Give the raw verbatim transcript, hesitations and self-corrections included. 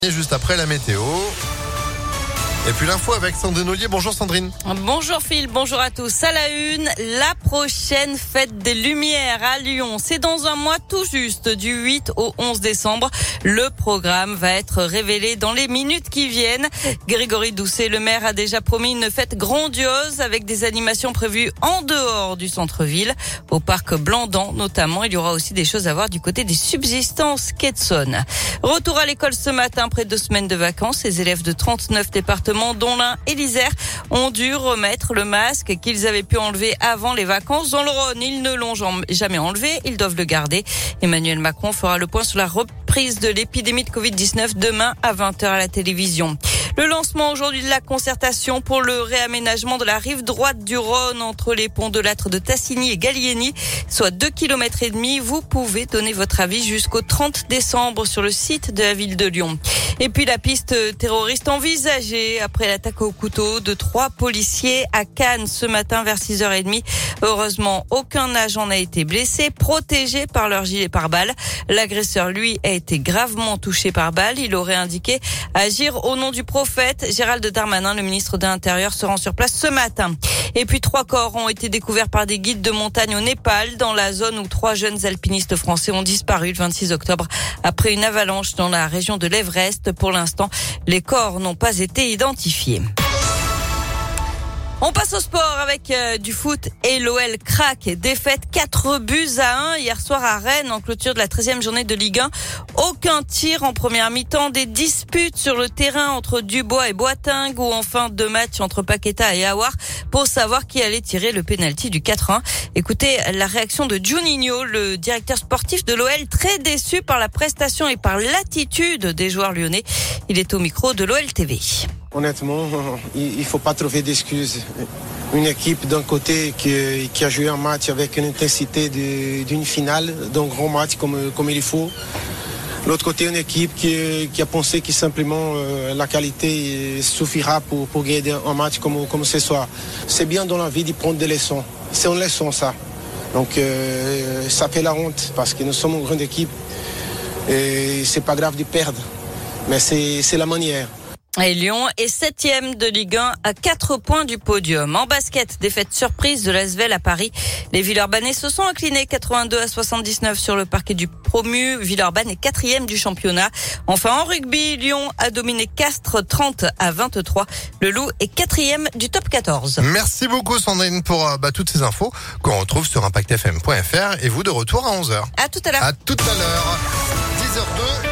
Et juste après la météo. Et puis l'info avec Sandrine Ollier. Bonjour Sandrine. Bonjour Phil, bonjour à tous. À la une, la prochaine fête des Lumières à Lyon. C'est dans un mois tout juste, du huit au onze décembre. Le programme va être révélé dans les minutes qui viennent. Grégory Doucet, le maire, a déjà promis une fête grandiose avec des animations prévues en dehors du centre-ville. Au parc Blandan notamment, il y aura aussi des choses à voir du côté des subsistances Quetson. Retour à l'école ce matin, après deux semaines de vacances. Les élèves de trente-neuf départements dont l'Ain et l'Isère ont dû remettre le masque qu'ils avaient pu enlever avant les vacances. Dans le Rhône, ils ne l'ont jamais enlevé, ils doivent le garder. Emmanuel Macron fera le point sur la reprise de l'épidémie de covid dix-neuf demain à vingt heures à la télévision. Le lancement aujourd'hui de la concertation pour le réaménagement de la rive droite du Rhône entre les ponts de Lattre de Tassigny et Gallieni, soit deux kilomètres et demi. Vous pouvez donner votre avis jusqu'au trente décembre sur le site de la ville de Lyon. Et puis la piste terroriste envisagée après l'attaque au couteau de trois policiers à Cannes ce matin vers six heures trente. Heureusement, aucun agent n'a été blessé, protégé par leur gilet pare-balles. L'agresseur, lui, a été gravement touché par balle. Il aurait indiqué agir au nom du prophète. Gérald Darmanin, le ministre de l'Intérieur, se rend sur place ce matin. Et puis trois corps ont été découverts par des guides de montagne au Népal, dans la zone où trois jeunes alpinistes français ont disparu le vingt-six octobre après une avalanche dans la région de l'Everest. Pour l'instant, les corps n'ont pas été identifiés. On passe au sport avec euh, du foot et l'O L craque. Défaite quatre buts à un hier soir à Rennes en clôture de la treizième journée de Ligue un. Aucun tir en première mi-temps, des disputes sur le terrain entre Dubois et Boateng ou enfin deux matchs entre Paqueta et Aouar pour savoir qui allait tirer le pénalty du quatre un. Écoutez la réaction de Juninho, le directeur sportif de l'O L, très déçu par la prestation et par l'attitude des joueurs lyonnais. Il est au micro de l'O L T V. Honnêtement, il ne faut pas trouver d'excuses. Une équipe d'un côté qui, qui a joué un match avec une intensité de, d'une finale, d'un grand match comme, comme il faut. L'autre côté, une équipe qui, qui a pensé que simplement euh, la qualité suffira pour, pour gagner un match comme, comme ce soir. C'est bien dans la vie de prendre des leçons. C'est une leçon ça. Donc euh, ça fait la honte parce que nous sommes une grande équipe et c'est pas grave de perdre. Mais c'est, c'est la manière. Et Lyon est septième de Ligue un à quatre points du podium. En basket, défaite surprise de l'Asvel à Paris. Les Villeurbanais se sont inclinés quatre-vingt-deux à soixante-dix-neuf sur le parquet du promu. Villeurbanne est quatrième du championnat. Enfin, en rugby, Lyon a dominé Castres trente à vingt-trois. Le Loup est quatrième du top quatorze. Merci beaucoup Sandrine pour euh, bah, toutes ces infos qu'on retrouve sur impact f m point f r et vous de retour à onze heures. À tout à l'heure. À tout à l'heure. dix heures deux